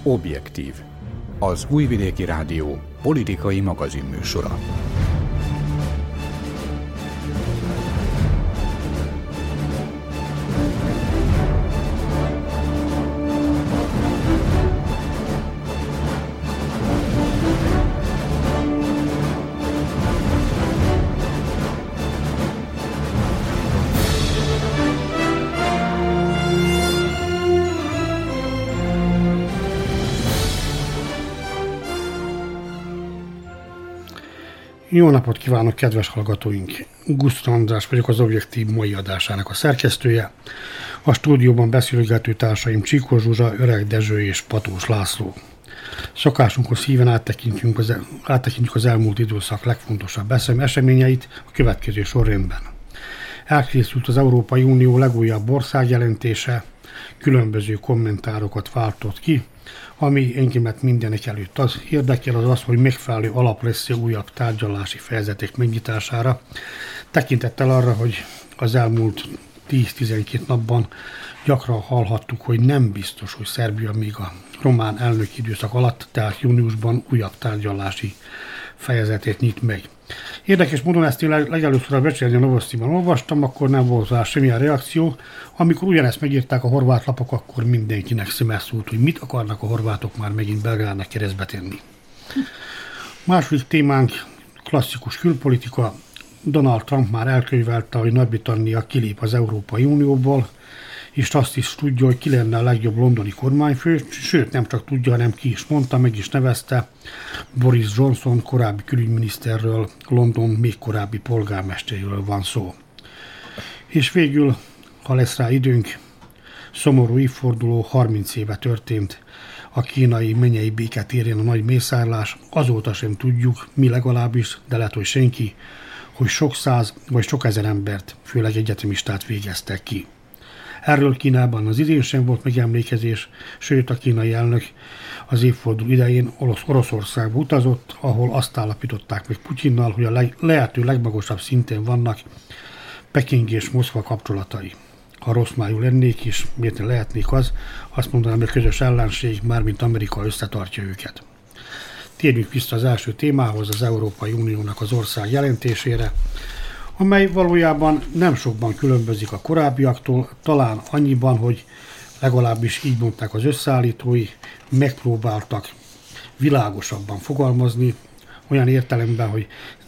Objektív. Az Újvidéki Rádió politikai magazinműsora. Jó napot kívánok, kedves hallgatóink! Gusztus András vagyok, az Objektív mai adásának a szerkesztője. A stúdióban beszélgető társaim Csíkos Zsuzsa, Öreg Dezső és Patós László. Szokásunkhoz híven áttekintjük az elmúlt időszak legfontosabb eseményeit a következő sorrendben. Elkészült az Európai Unió legújabb országjelentése, különböző kommentárokat váltott ki, ami engemet mindenek előtt az érdekel, az, hogy megfelelő alap lesz a újabb tárgyalási fejezetek megnyitására, tekintettel arra, hogy az elmúlt 10-12 napban gyakran hallhattuk, hogy nem biztos, hogy Szerbia még a román elnöki időszak alatt, tehát júniusban újabb tárgyalási fejezetét nyit meg. Érdekes módon ezt én legelőször a Večernje Novostiban olvastam, akkor nem volt rá semmilyen reakció. Amikor ugyanezt megírták a horvát lapok, akkor mindenkinek szemeszúlt, hogy mit akarnak a horvátok már megint Belgrádnak keresztbe tenni. Második témánk klasszikus külpolitika. Donald Trump már elkönyvelte, hogy Nagy-Britannia kilép az Európai Unióból, és azt is tudja, hogy ki lenne a legjobb londoni kormányfő, sőt nem csak tudja, hanem ki is mondta, meg is nevezte. Boris Johnson korábbi külügyminiszterről, London még korábbi polgármesteréről van szó. És végül, ha lesz rá időnk, szomorú évforduló, 30 éve történt a kínai mennyei béketérén a nagy mészárlás. Azóta sem tudjuk, mi legalábbis, de lehet, hogy senki, hogy sok száz vagy sok ezer embert, főleg egyetemistát végeztek ki. Erről Kínában az idén sem volt megemlékezés, sőt a kínai elnök az évforduló idején Oroszországba utazott, ahol azt állapították meg Putyinnal, hogy a lehető legmagasabb szinten vannak Peking és Moszkva kapcsolatai. Ha rossz májú lennék is, miért ne lehetnék az, azt mondanám, hogy a közös ellenség, mármint Amerika összetartja őket. Térjünk vissza az első témához, az Európai Uniónak az ország jelentésére, amely valójában nem sokban különbözik a korábbiaktól, talán annyiban, hogy legalábbis így mondták az összeállítói, megpróbáltak világosabban fogalmazni, olyan értelemben, hogy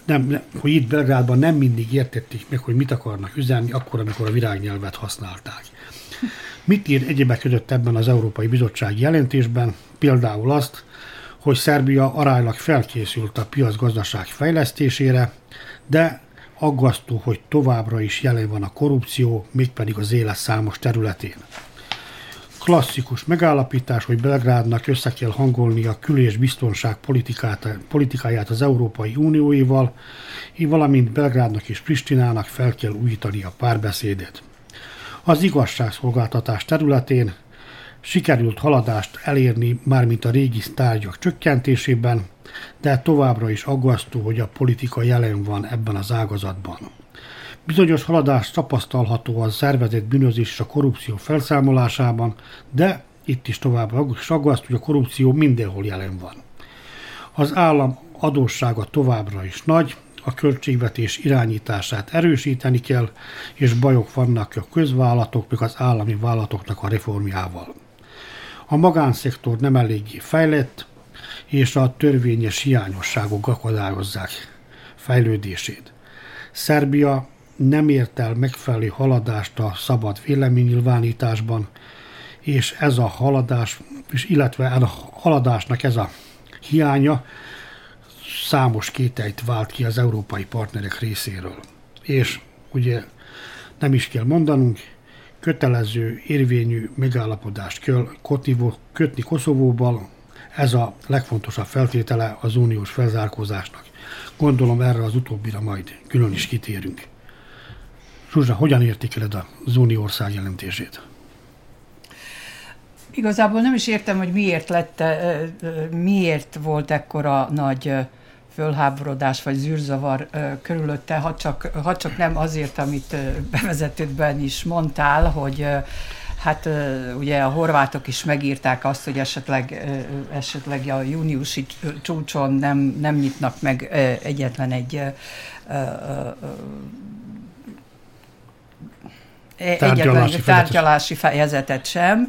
itt Belgrádban nem mindig értették meg, hogy mit akarnak üzenni, akkor, amikor a virágnyelvet használták. Mit ír egyebek között ebben az Európai Bizottság jelentésben? Például azt, hogy Szerbia aránylag felkészült a piacgazdaság fejlesztésére, de aggasztó, hogy továbbra is jelen van a korrupció, mégpedig az élet számos területén. Klasszikus megállapítás, hogy Belgrádnak össze kell hangolni a kül- és biztonság politikáját az Európai Unióival, valamint Belgrádnak és Pristinának fel kell újítani a párbeszédet. Az igazságszolgáltatás területén sikerült haladást elérni mármint a régi tárgyak csökkentésében, de továbbra is aggasztó, hogy a politika jelen van ebben az ágazatban. Bizonyos haladás tapasztalható a szervezett bűnözés és a korrupció felszámolásában, de itt is továbbra is aggasztó, hogy a korrupció mindenhol jelen van. Az állam adóssága továbbra is nagy, a költségvetés irányítását erősíteni kell, és bajok vannak a közvállalatok, meg az állami vállalatoknak a reformjával. A magánszektor nem eléggé fejlett, és a törvényes hiányosságok akadályozzák fejlődését. Szerbia nem ért el megfelelő haladást a szabad véleménynyilvánításban, és ez a haladás, illetve a haladásnak ez a hiánya számos kételyt vált ki az európai partnerek részéről. És ugye nem is kell mondanunk, kötelező, érvényű megállapodást kell kötni Koszovóval, ez a legfontosabb feltétele az uniós felzárkózásnak. Gondolom erre az utóbbira majd külön is kitérünk. Zsuzsa, hogyan értékeled az unió ország jelentését? Igazából nem is értem, hogy miért volt ekkora nagy fölháborodás vagy zűrzavar körülötte, ha csak nem azért, amit bevezetődben is mondtál, hogy Hát ugye a horvátok is megírták azt, hogy esetleg a júniusi csúcson nem nyitnak meg egyetlen egy tárgyalási fejezetet sem,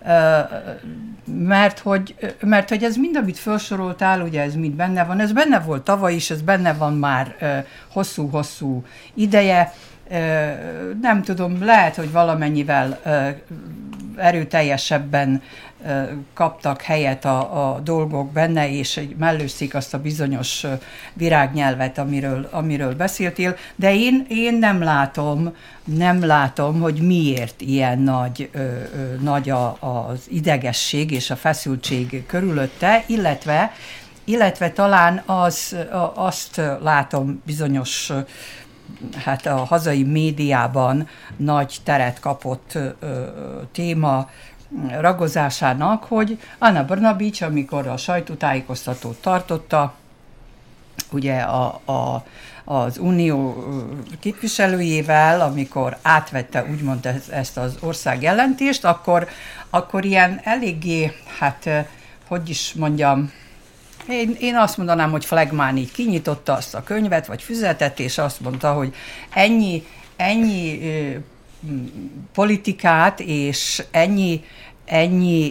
mert hogy ez mind, amit felsoroltál, ugye ez mind benne van, ez benne volt tavaly is, ez benne van már hosszú-hosszú ideje. Nem tudom, lehet, hogy valamennyivel erőteljesebben kaptak helyet a dolgok benne, és mellőszik azt a bizonyos virágnyelvet, amiről beszéltél, de én nem látom, hogy miért ilyen nagy az idegesség és a feszültség körülötte, illetve talán azt látom bizonyos, hát a hazai médiában nagy teret kapott téma ragozásának, hogy Ana Brnabić, amikor a sajtótájékoztatót tartotta, ugye az Unió képviselőjével, amikor átvette úgymond ezt az ország jelentést, akkor ilyen eléggé, hát hogy is mondjam, én azt mondanám, hogy Flegmán így kinyitotta azt a könyvet, vagy füzetet, és azt mondta, hogy ennyi politikát és ennyi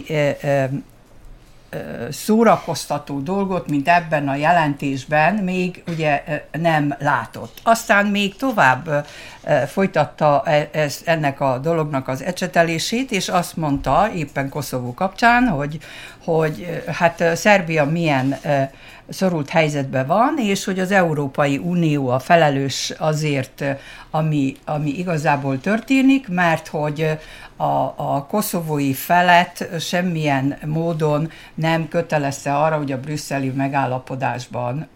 szórakoztató dolgot, mint ebben a jelentésben még ugye nem látott. Aztán még tovább folytatta ennek a dolognak az ecsetelését, és azt mondta éppen Koszovó kapcsán, hogy hát Szerbia milyen szorult helyzetben van, és hogy az Európai Unió a felelős azért, ami igazából történik, mert hogy a koszovói felet semmilyen módon nem kötelezte arra, hogy a brüsszeli megállapodásban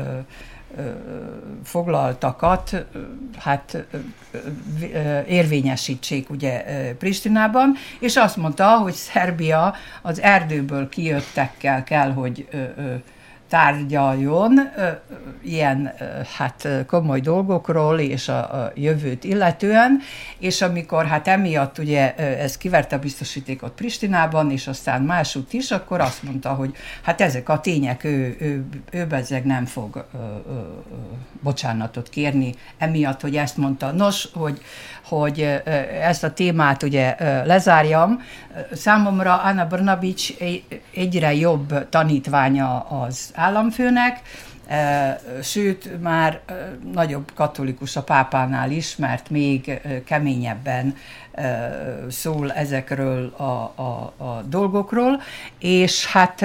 foglaltakat hát érvényesítsék ugye Pristinában, és azt mondta, hogy Szerbia az erdőből kijöttekkel kell, hogy tárgyaljon ilyen hát komoly dolgokról és a jövőt illetően, és amikor hát emiatt ugye ez kiverte a biztosítékot Pristinában, és aztán másútt is, akkor azt mondta, hogy hát ezek a tények, ő bezzeg nem fog bocsánatot kérni, emiatt, hogy ezt mondta. Nos, hogy ezt a témát ugye lezárjam, számomra Ana Brnabić egyre jobb tanítványa az államfőnek, sőt, már nagyobb katolikus a pápánál is, mert még keményebben szól ezekről a dolgokról, és hát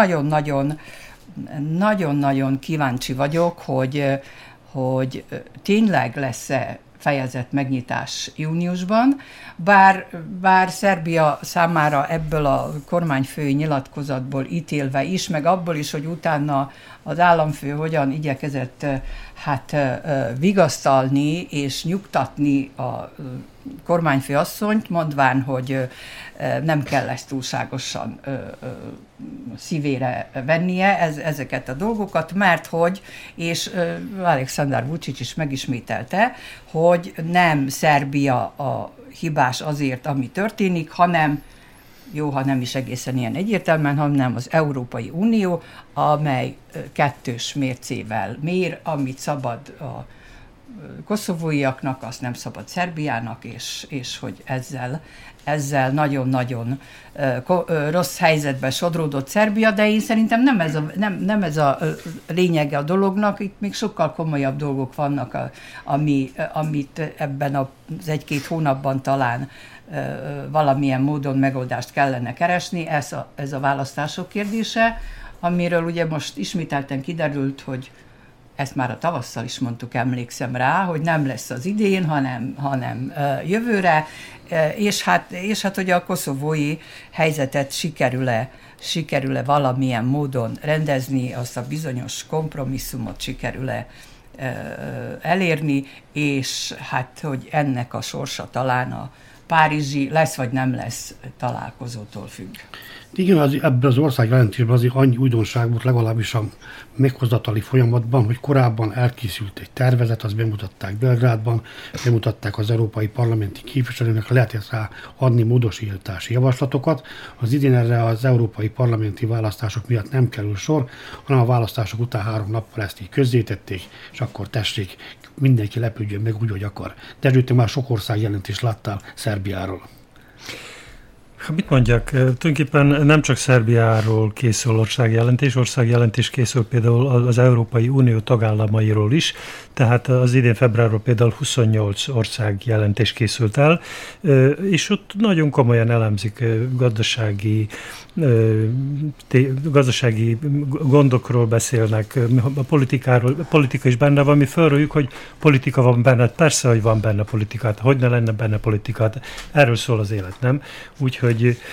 nagyon-nagyon kíváncsi vagyok, hogy tényleg lesz-e fejezet megnyitás júniusban, bár Szerbia számára ebből a kormányfői nyilatkozatból ítélve is, meg abból is, hogy utána az államfő hogyan igyekezett hát vigasztalni és nyugtatni a kormányfő asszonyt, mondván, hogy nem kell ezt túlságosan szívére vennie ezeket a dolgokat, mert hogy, és Aleksandar Vučić is megismételte, hogy nem Szerbia a hibás azért, ami történik, hanem, jó, ha nem is egészen ilyen egyértelműen, hanem az Európai Unió, amely kettős mércével mér, amit szabad a koszovóiaknak, azt nem szabad Szerbiának, és hogy ezzel nagyon-nagyon rossz helyzetbe sodródott Szerbia, de én szerintem nem ez a lényege a dolognak, itt még sokkal komolyabb dolgok vannak, amit ebben az 1-2 hónapban talán valamilyen módon megoldást kellene keresni, ez a választások kérdése, amiről ugye most ismételten kiderült, hogy ezt már a tavasszal is mondtuk, emlékszem rá, hogy nem lesz az idén, hanem jövőre, és hát hogy a koszovói helyzetet sikerül-e valamilyen módon rendezni, azt a bizonyos kompromisszumot sikerül-e elérni, és hát hogy ennek a sorsa talán párizsi lesz vagy nem lesz találkozótól függ. Igen, ebben az ország jelentésben azért annyi újdonság volt legalábbis a meghozatali folyamatban, hogy korábban elkészült egy tervezet, azt bemutatták Belgrádban, bemutatták az európai parlamenti képviselőnek, lehetett rá adni módosítási javaslatokat. Az idén erre az európai parlamenti választások miatt nem kerül sor, hanem a választások után 3 nappal ezt így közzétették, és akkor tessék, mindenki lepődjön meg úgy, hogy akar. De te már sok ország jelentést láttál Szerbiáról. Mit mondjak? Tulajdonképpen nem csak Szerbiáról készül országjelentés készül például az Európai Unió tagállamairól is, tehát az idén februárról például 28 országjelentés készült el, és ott nagyon komolyan elemzik gazdasági gondokról beszélnek, a politika is benne van, mi fölrőjük, hogy politika van benne, persze, hogy van benne politikát, hogy ne lenne benne politikát, erről szól az élet, nem? Úgyhogy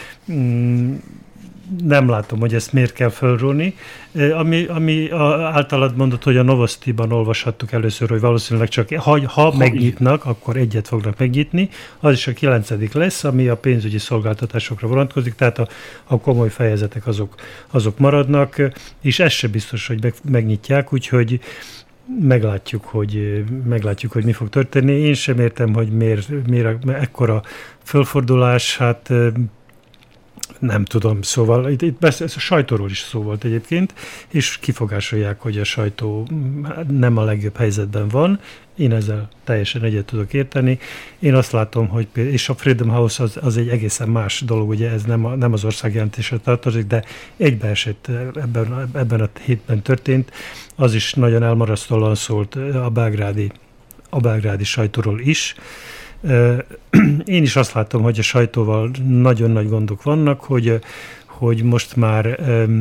nem látom, hogy ezt miért kell fölrólni. Ami általad mondott, hogy a Novostiban olvashattuk először, hogy valószínűleg csak ha megnyitnak, akkor egyet fognak megnyitni. Az is a 9. lesz, ami a pénzügyi szolgáltatásokra vonatkozik, tehát a komoly fejezetek azok maradnak, és ez se biztos, hogy megnyitják, úgyhogy meglátjuk, hogy mi fog történni. Én sem értem, hogy miért ekkora fölfordulás, hát nem tudom, szóval itt a sajtóról is szó volt egyébként, és kifogásolják, hogy a sajtó nem a legjobb helyzetben van. Én ezzel teljesen egyet tudok érteni. Én azt látom, hogy és a Freedom House az egy egészen más dolog, ugye ez nem az országjelentésre tartozik, de egybeesett ebben a hétben történt. Az is nagyon elmarasztalóan szólt a belgrádi sajtóról is. Én is azt látom, hogy a sajtóval nagyon nagy gondok vannak, hogy most már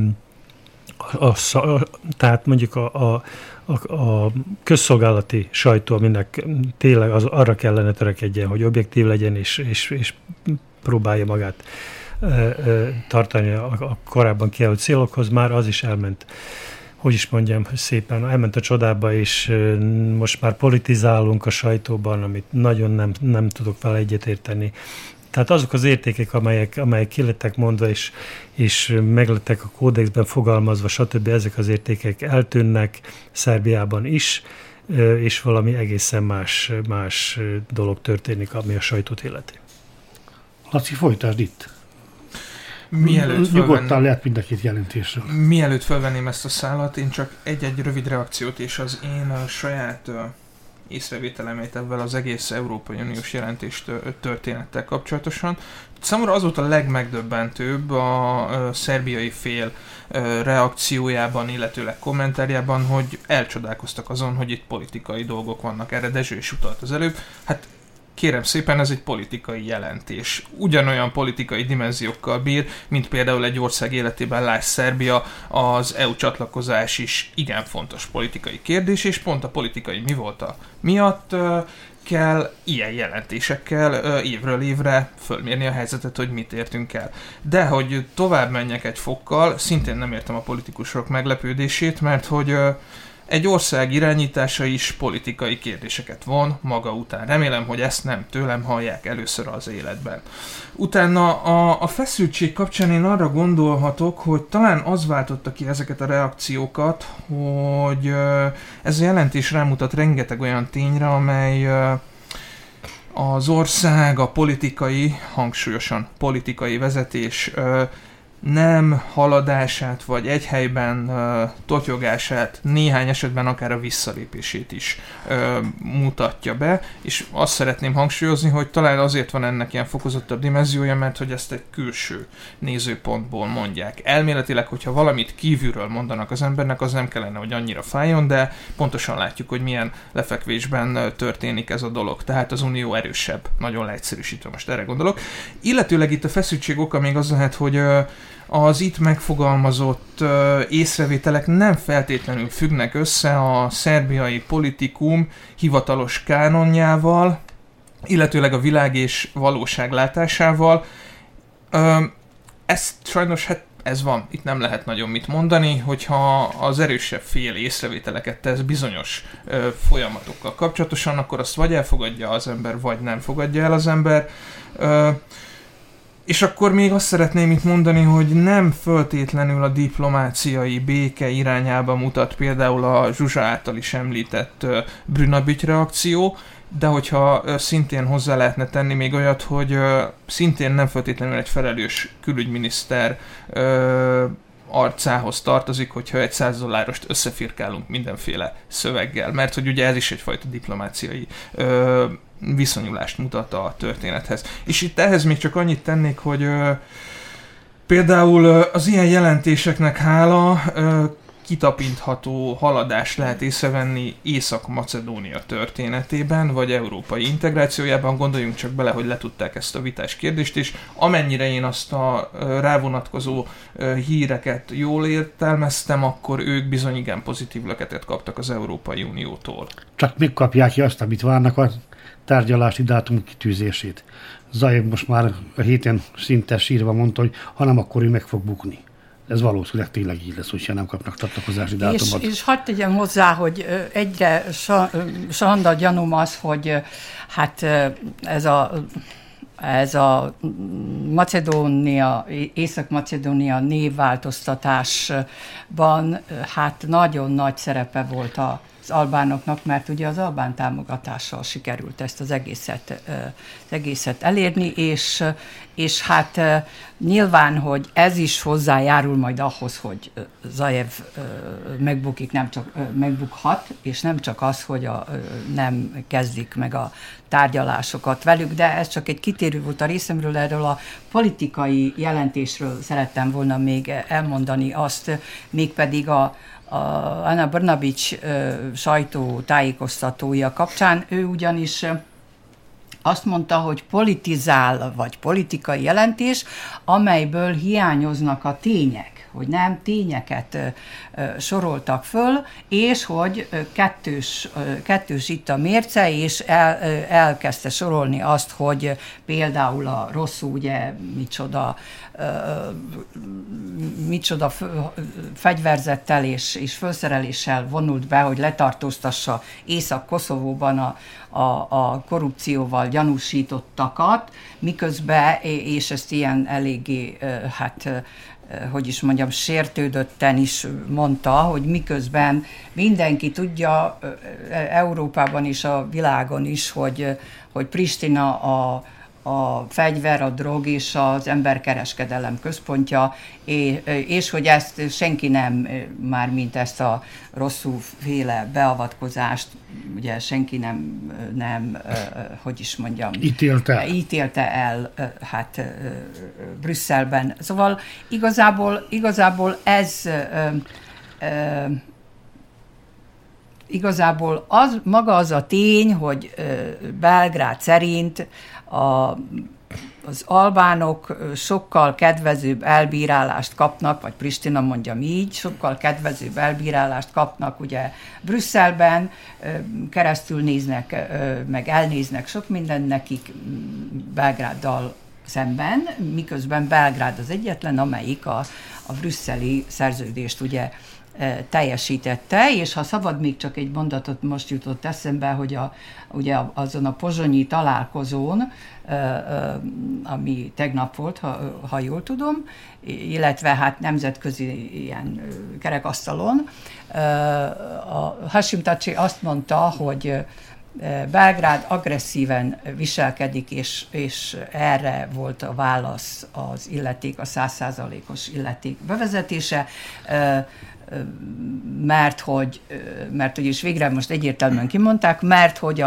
tehát mondjuk a közszolgálati sajtó, aminek tényleg arra kellene törekedjen, hogy objektív legyen és próbálja magát tartani a korábban kijelölt célokhoz, már az is elment. Hogy is mondjam, szépen elment a csodába, és most már politizálunk a sajtóban, amit nagyon nem tudok vele egyetérteni. Tehát azok az értékek, amelyek ki lettek mondva, és meglettek a kódexben fogalmazva, stb. Ezek az értékek eltűnnek Szerbiában is, és valami egészen más dolog történik, ami a sajtót illeti. Laci, folytasd itt. Nyugodtan lehet mind a két jelentésről. Mielőtt felvenném ezt a szálat, én csak egy rövid reakciót, és az én a saját észrevételemét ebben az egész Európai Uniós jelentés történettel kapcsolatosan. Számomra az volt a legmegdöbbentőbb a szerbiai fél reakciójában, illetőleg kommentárjában, hogy elcsodálkoztak azon, hogy itt politikai dolgok vannak. Erre Dezső is utalt az előbb. Hát kérem szépen, ez egy politikai jelentés. Ugyanolyan politikai dimenziókkal bír, mint például egy ország életében lásd Szerbia, az EU csatlakozás is igen fontos politikai kérdés, és pont a politikai mi volt miatt kell ilyen jelentésekkel évről évre fölmérni a helyzetet, hogy mit értünk el. De hogy tovább menjek egy fokkal, szintén nem értem a politikusok meglepődését, mert hogy egy ország irányítása is politikai kérdéseket von maga után. Remélem, hogy ezt nem tőlem hallják először az életben. Utána a feszültség kapcsán én arra gondolhatok, hogy talán az váltotta ki ezeket a reakciókat, hogy ez a jelentés rámutat rengeteg olyan tényre, amely az ország, a politikai, hangsúlyosan politikai vezetés nem haladását, vagy egy helyben totyogását, néhány esetben akár a visszalépését is mutatja be, és azt szeretném hangsúlyozni, hogy talán azért van ennek ilyen fokozottabb dimenziója, mert hogy ezt egy külső nézőpontból mondják. Elméletileg, hogyha valamit kívülről mondanak az embernek, az nem kellene, hogy annyira fájjon, de pontosan látjuk, hogy milyen lefekvésben történik ez a dolog. Tehát az Unió erősebb, nagyon leegyszerűsítve, most erre gondolok. Illetőleg itt a feszültség oka még az lehet, hogy az itt megfogalmazott észrevételek nem feltétlenül függnek össze a szerbiai politikum hivatalos kánonjával, illetőleg a világ és valóság látásával. Ezt sajnos ez van, itt nem lehet nagyon mit mondani, hogyha az erősebb fél észrevételeket tesz bizonyos folyamatokkal kapcsolatosan, akkor azt vagy elfogadja az ember, vagy nem fogadja el az ember. És akkor még azt szeretném itt mondani, hogy nem föltétlenül a diplomáciai béke irányába mutat például a Zsuzsa által is említett Brünnabügy reakció, de hogyha szintén hozzá lehetne tenni még olyat, hogy szintén nem feltétlenül egy felelős külügyminiszter arcához tartozik, hogyha egy $100 összefirkálunk mindenféle szöveggel, mert hogy ugye ez is egyfajta diplomáciai viszonyulást mutat a történethez. És itt ehhez még csak annyit tennék, hogy például az ilyen jelentéseknek hála kitapintható haladást lehet észrevenni Észak-Macedónia történetében, vagy európai integrációjában. Gondoljunk csak bele, hogy letudták ezt a vitás kérdést, és amennyire én azt a rávonatkozó híreket jól értelmeztem, akkor ők bizony igen pozitív löketet kaptak az Európai Uniótól. Csak még kapják ki azt, amit várnak, a tárgyalási dátum kitűzését. Zajev most már a héten szinte sírva mondta, hogy ha nem, akkor ő meg fog bukni. Ez valószínűleg tényleg így lesz, hogyha nem kapnak csatlakozási dátumot. És hadd tegyem hozzá, hogy egyre sanda gyanúm az, hogy hát ez a Macedónia, Észak-Macedónia névváltoztatásban hát nagyon nagy szerepe volt az albánoknak, mert ugye az albán támogatással sikerült ezt az egészet elérni, és hát nyilván, hogy ez is hozzájárul majd ahhoz, hogy Zajev megbukik, nem csak megbukhat, és nem csak az, hogy nem kezdik meg a tárgyalásokat velük, de ez csak egy kitérő volt a részemről, erről a politikai jelentésről szerettem volna még elmondani azt, mégpedig Ana Brnabić sajtótájékoztatója kapcsán. Ő ugyanis azt mondta, hogy politizál, vagy politikai jelentés, amelyből hiányoznak a tények, hogy nem tényeket soroltak föl, és hogy kettős itt a mérce, és elkezdte sorolni azt, hogy például a rosszú, ugye micsoda fegyverzettel és felszereléssel vonult be, hogy letartóztassa Észak-Koszovóban a korrupcióval gyanúsítottakat, miközben, és ezt ilyen eléggé, hogy is mondjam, sértődötten is mondta, hogy miközben mindenki tudja Európában és a világon is, hogy Pristina a fegyver, a drog és az emberkereskedelem központja, és hogy ezt senki nem, már mint ezt a rosszúféle beavatkozást, ugye senki nem hogy is mondjam, ítélte el Brüsszelben. Szóval igazából ez igazából maga az a tény, hogy Belgrád szerint az albánok sokkal kedvezőbb elbírálást kapnak, vagy Pristina mondjam így, sokkal kedvezőbb elbírálást kapnak ugye Brüsszelben, keresztül néznek, meg elnéznek sok minden nekik Belgráddal szemben, miközben Belgrád az egyetlen, amelyik a brüsszeli szerződést ugye teljesítette, és ha szabad még csak egy mondatot, most jutott eszembe, hogy ugye azon a pozsonyi találkozón, ami tegnap volt, ha jól tudom, illetve hát nemzetközi ilyen kerekasztalon, a Hashim Thaçi azt mondta, hogy Belgrád agresszíven viselkedik, és erre volt a válasz az illeték, a 100%-os illeték bevezetése, mert hogy is végre most egyértelműen kimondták, mert hogy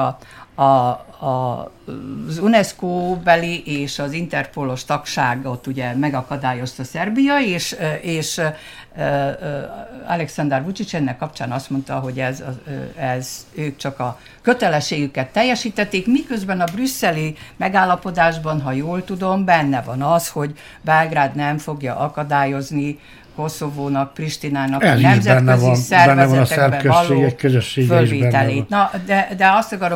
az UNESCO-beli és az Interpolos tagságot ugye megakadályozta Szerbia, és Aleksandar Vučić ennek kapcsán azt mondta, hogy ők csak a kötelességüket teljesítették, miközben a brüsszeli megállapodásban, ha jól tudom, benne van az, hogy Belgrád nem fogja akadályozni Koszovónak, Pristinának a nemzetközi szervezetekbe való fölvételét. Na, de azt akarom mondani,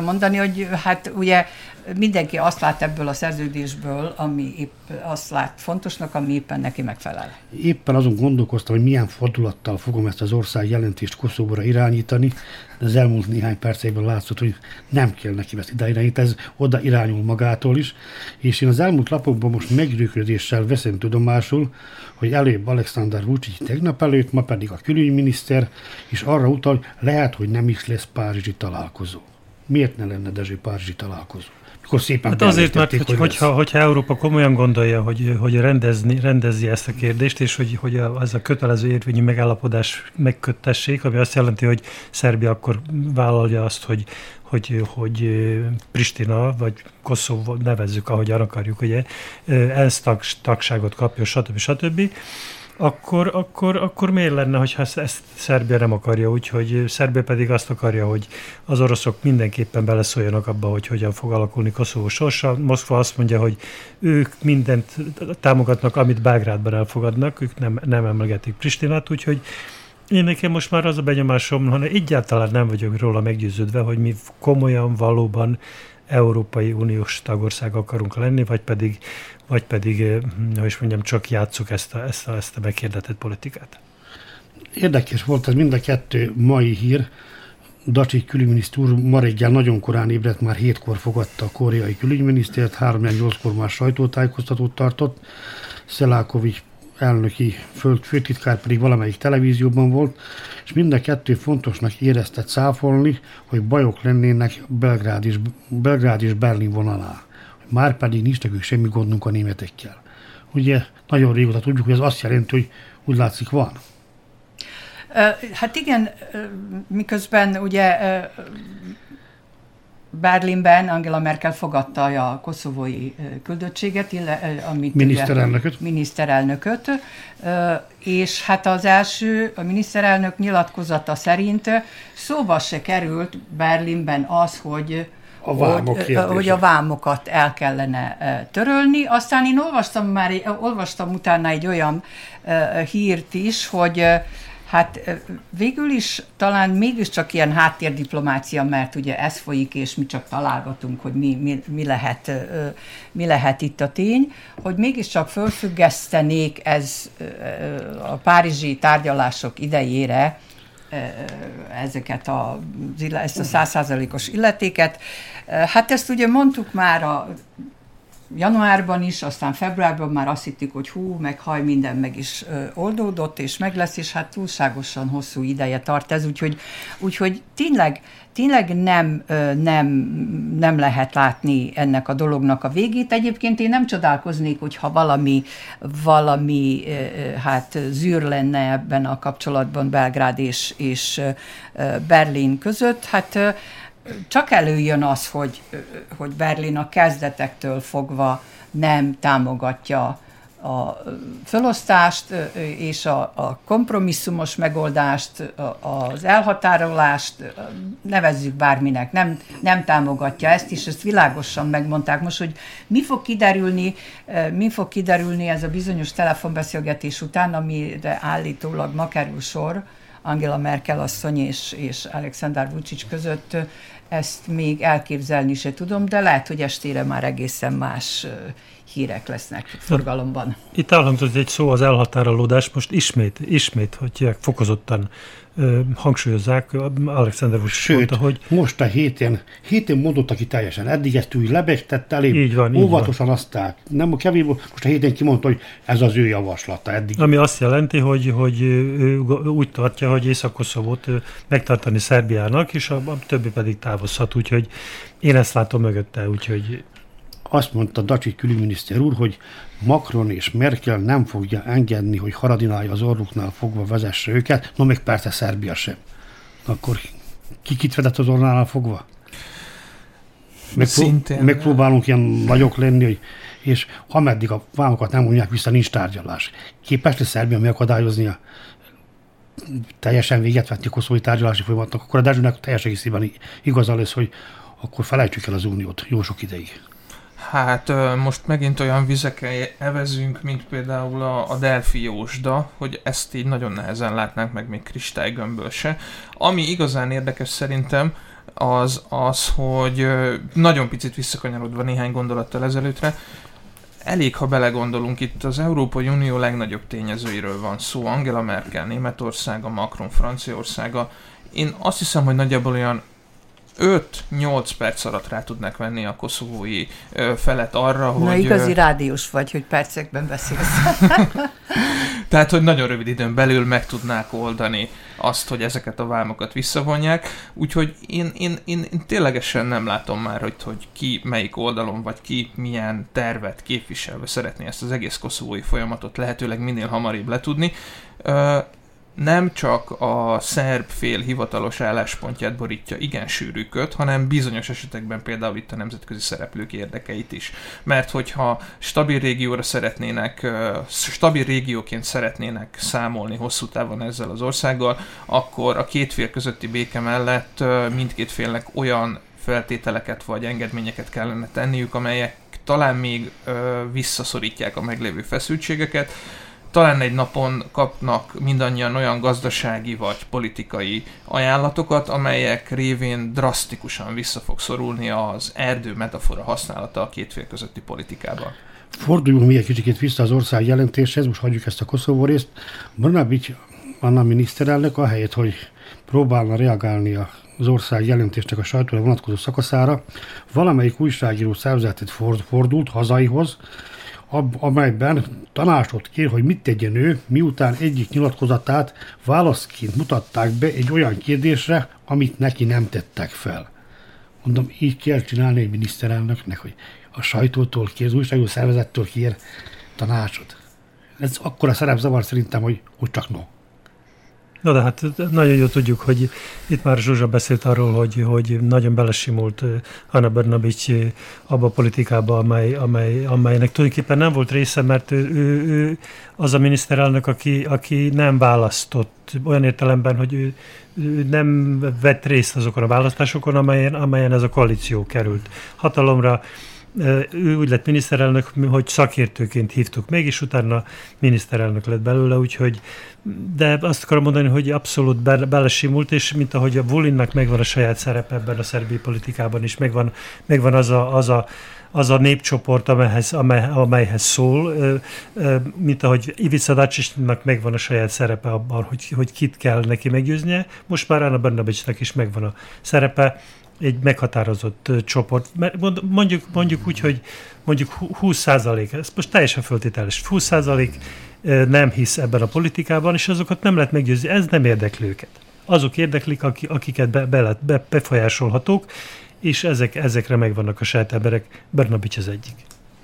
úgyhogy hát ugye mindenki azt lát ebből a szerződésből, ami épp azt lát fontosnak, ami éppen neki megfelel. Éppen azon gondolkoztam, hogy milyen fordulattal fogom ezt az ország jelentést Koszovóra irányítani, de az elmúlt néhány percében látszott, hogy nem kell neki ezt ide irányítani, ez oda irányul magától is, és én az elmúlt napokban most meggyőződéssel veszem tudomásul, hogy előbb Aleksandar Vučić tegnap előtt, ma pedig a külügyminiszter, és arra utal, hogy lehet, hogy nem is lesz párizsi találkozó. Miért ne lenne, Dezső, párizsi találkozó? Hát azért, mert hogyha Európa komolyan gondolja, hogy rendezi ezt a kérdést, és hogy ez a kötelező érvényű megállapodás megköttessék, ami azt jelenti, hogy Szerbia akkor vállalja azt, hogy Pristina, vagy Koszovó, nevezzük, ahogyan akarjuk, ugye, ENSZ tagságot kapjon, stb. Akkor miért lenne, hogyha ezt Szerbia nem akarja, úgyhogy Szerbia pedig azt akarja, hogy az oroszok mindenképpen beleszóljanak abba, hogy hogyan fog alakulni Koszovó sorsa. Moszkva azt mondja, hogy ők mindent támogatnak, amit Belgrádban elfogadnak, ők nem emlegetik Pristinát, úgyhogy én nekem most már az a benyomásom, hanem egyáltalán nem vagyok róla meggyőződve, hogy mi komolyan valóban Európai Uniós tagország akarunk lenni, vagy pedig, hogy is mondjam, csak játsszuk ezt a meghirdetett politikát. Érdekes volt ez mind a kettő mai hír. Dačić külügyminiszter úr ma reggel nagyon korán ébredt, már 7-kor fogadta a koreai külügyminisztert, 3-8-kor már sajtótájékoztatót tartott. Selaković elnöki főtitkár pedig valamelyik televízióban volt, és mind a kettő fontosnak érezte cáfolni, hogy bajok lennének Belgrád és Berlin vonalán. Márpedig nincs nekünk semmi gondunk a németekkel. Ugye nagyon régóta tudjuk, hogy ez azt jelenti, hogy úgy látszik van. Hát igen, miközben ugye Berlinben Angela Merkel fogadta a koszovói küldöttséget, amit miniszterelnököt, és hát a miniszterelnök nyilatkozata szerint szóba se került Berlinben az, hogy a vámokat el kellene törölni. Aztán én olvastam utána egy olyan hírt is, hogy hát végül is talán mégiscsak ilyen háttérdiplomácia, mert ugye ez folyik, és mi csak találgatunk, hogy mi lehet itt a tény, hogy mégiscsak fölfüggesztenék a párizsi tárgyalások idejére ezt a 100%-os illetéket. Hát ezt ugye mondtuk már a januárban is, aztán februárban már azt hittük, hogy meghaj, minden meg is oldódott, és meg lesz, és hát túlságosan hosszú ideje tart ez, úgyhogy tényleg nem lehet látni ennek a dolognak a végét. Egyébként én nem csodálkoznék, hogyha valami hát zűr lenne ebben a kapcsolatban Belgrád és Berlin között. Hát csak előjön az, hogy Berlin a kezdetektől fogva nem támogatja a felosztást és a kompromisszumos megoldást, az elhatárolást, nevezzük bárminek, nem támogatja ezt, és ezt világosan megmondták most, hogy mi fog kiderülni ez a bizonyos telefonbeszélgetés után, amire állítólag ma kerül sor Angela Merkel asszony és Aleksandar Vučić között, ezt még elképzelni se tudom, de lehet, hogy estére már egészen más hírek lesznek forgalomban. Itt elhangzott egy szó, az elhatárolódás, most ismét, hogy fokozottan hangsúlyozzák, Aleksandar Vučić mondta, hogy... most a héten mondott, aki teljesen eddig ezt úgy lebegtette elég, óvatosan aztán, nem kevés, most a héten kimondta, hogy ez az ő javaslata eddig. Ami azt jelenti, hogy ő úgy tartja, hogy Észak-Koszovót megtartani Szerbiának, és a többi pedig távozhat, úgyhogy én ezt látom mögötte, úgyhogy... Azt mondta Dačić külügyminiszter úr, hogy Macron és Merkel nem fogja engedni, hogy Haradinaj az orruknál fogva vezesse őket, no még persze Szerbia sem. Akkor kit vedett az orránál fogva? Megpróbálunk ilyen nagyok lenni, és ameddig a vámokat nem mondják vissza, nincs tárgyalás. Képes lesz Szerbia megakadályozni teljesen véget vetni a koszovói tárgyalási folyamatnak, akkor a Dezsőnek teljes egészében igaza lesz, hogy akkor felejtsük el az uniót jó sok ideig. Hát most megint olyan vizeken evezünk, mint például a Delfi Jósda, hogy ezt így nagyon nehezen látnánk meg még kristálygömbből se. Ami igazán érdekes szerintem, az, hogy nagyon picit visszakanyarodva néhány gondolattal ezelőttre, elég, ha belegondolunk, itt az Európai Unió legnagyobb tényezőiről van szó. Angela Merkel Németországa, Macron Franciaországa. Én azt hiszem, hogy nagyjából olyan 5-8 perc alatt rá tudnak venni a koszovói felet arra, hogy... Na, igazi rádiós vagy, hogy percekben beszélsz. Tehát, hogy nagyon rövid időn belül meg tudnák oldani azt, hogy ezeket a vámokat visszavonják. Úgyhogy én ténylegesen nem látom már, hogy ki melyik oldalon, vagy ki milyen tervet képviselve szeretné ezt az egész koszovói folyamatot lehetőleg minél hamarabb letudni. Nem csak a szerb fél hivatalos álláspontját borítja igen sűrű köt, hanem bizonyos esetekben például itt a nemzetközi szereplők érdekeit is. Mert hogyha stabil régióként szeretnének számolni hosszú távon ezzel az országgal, akkor a két fél közötti béke mellett mindkét félnek olyan feltételeket vagy engedményeket kellene tenniük, amelyek talán még visszaszorítják a meglévő feszültségeket. Talán egy napon kapnak mindannyian olyan gazdasági vagy politikai ajánlatokat, amelyek révén drasztikusan vissza fog szorulni az erdő metafora használata a két fél közötti politikában. Forduljunk még egy kicsit vissza az ország jelentéshez, most hagyjuk ezt a Koszovó részt. Brnabić, Anna miniszterelnök, ahelyett, hogy próbálna reagálni az ország jelentésnek a sajtóra vonatkozó szakaszára, valamelyik újságíró szervezetet fordult hazaihoz, amelyben tanácsot kér, hogy mit tegyen ő, miután egyik nyilatkozatát válaszként mutatták be egy olyan kérdésre, amit neki nem tettek fel. Mondom, így kell csinálni egy miniszterelnöknek, hogy a sajtótól kér, az újságíró szervezettől kér tanácsot. Ez akkora szerepzavar szerintem, hogy csak no. Na de hát nagyon jól tudjuk, hogy itt már Zsuzsa beszélt arról, hogy nagyon belesimult Ana Brnabić abba a politikába, amelynek tulajdonképpen nem volt része, mert ő az a miniszterelnök, aki nem választott, olyan értelemben, hogy ő nem vett részt azokon a választásokon, amelyen ez a koalíció került hatalomra. Ő úgy lett miniszterelnök, hogy szakértőként hívtuk meg, és utána miniszterelnök lett belőle, úgyhogy, de azt akarom mondani, hogy abszolút belesimult, és mint ahogy a Vulinnak megvan a saját szerepe ebben a szerbiai politikában is, megvan az a népcsoport, amelyhez szól, mint ahogy Ivica Dačićnak megvan a saját szerepe abban, hogy kit kell neki meggyőznie, most már Ana Brnabićnak is megvan a szerepe, egy meghatározott csoport. Mondjuk úgy, hogy mondjuk 20%, ez most teljesen föltételes, 20% nem hisz ebben a politikában, és azokat nem lehet meggyőzni, ez nem érdekli őket. Azok érdeklik, akiket befolyásolhatók, és ezekre megvannak a saját emberek, Brnabić az egyik.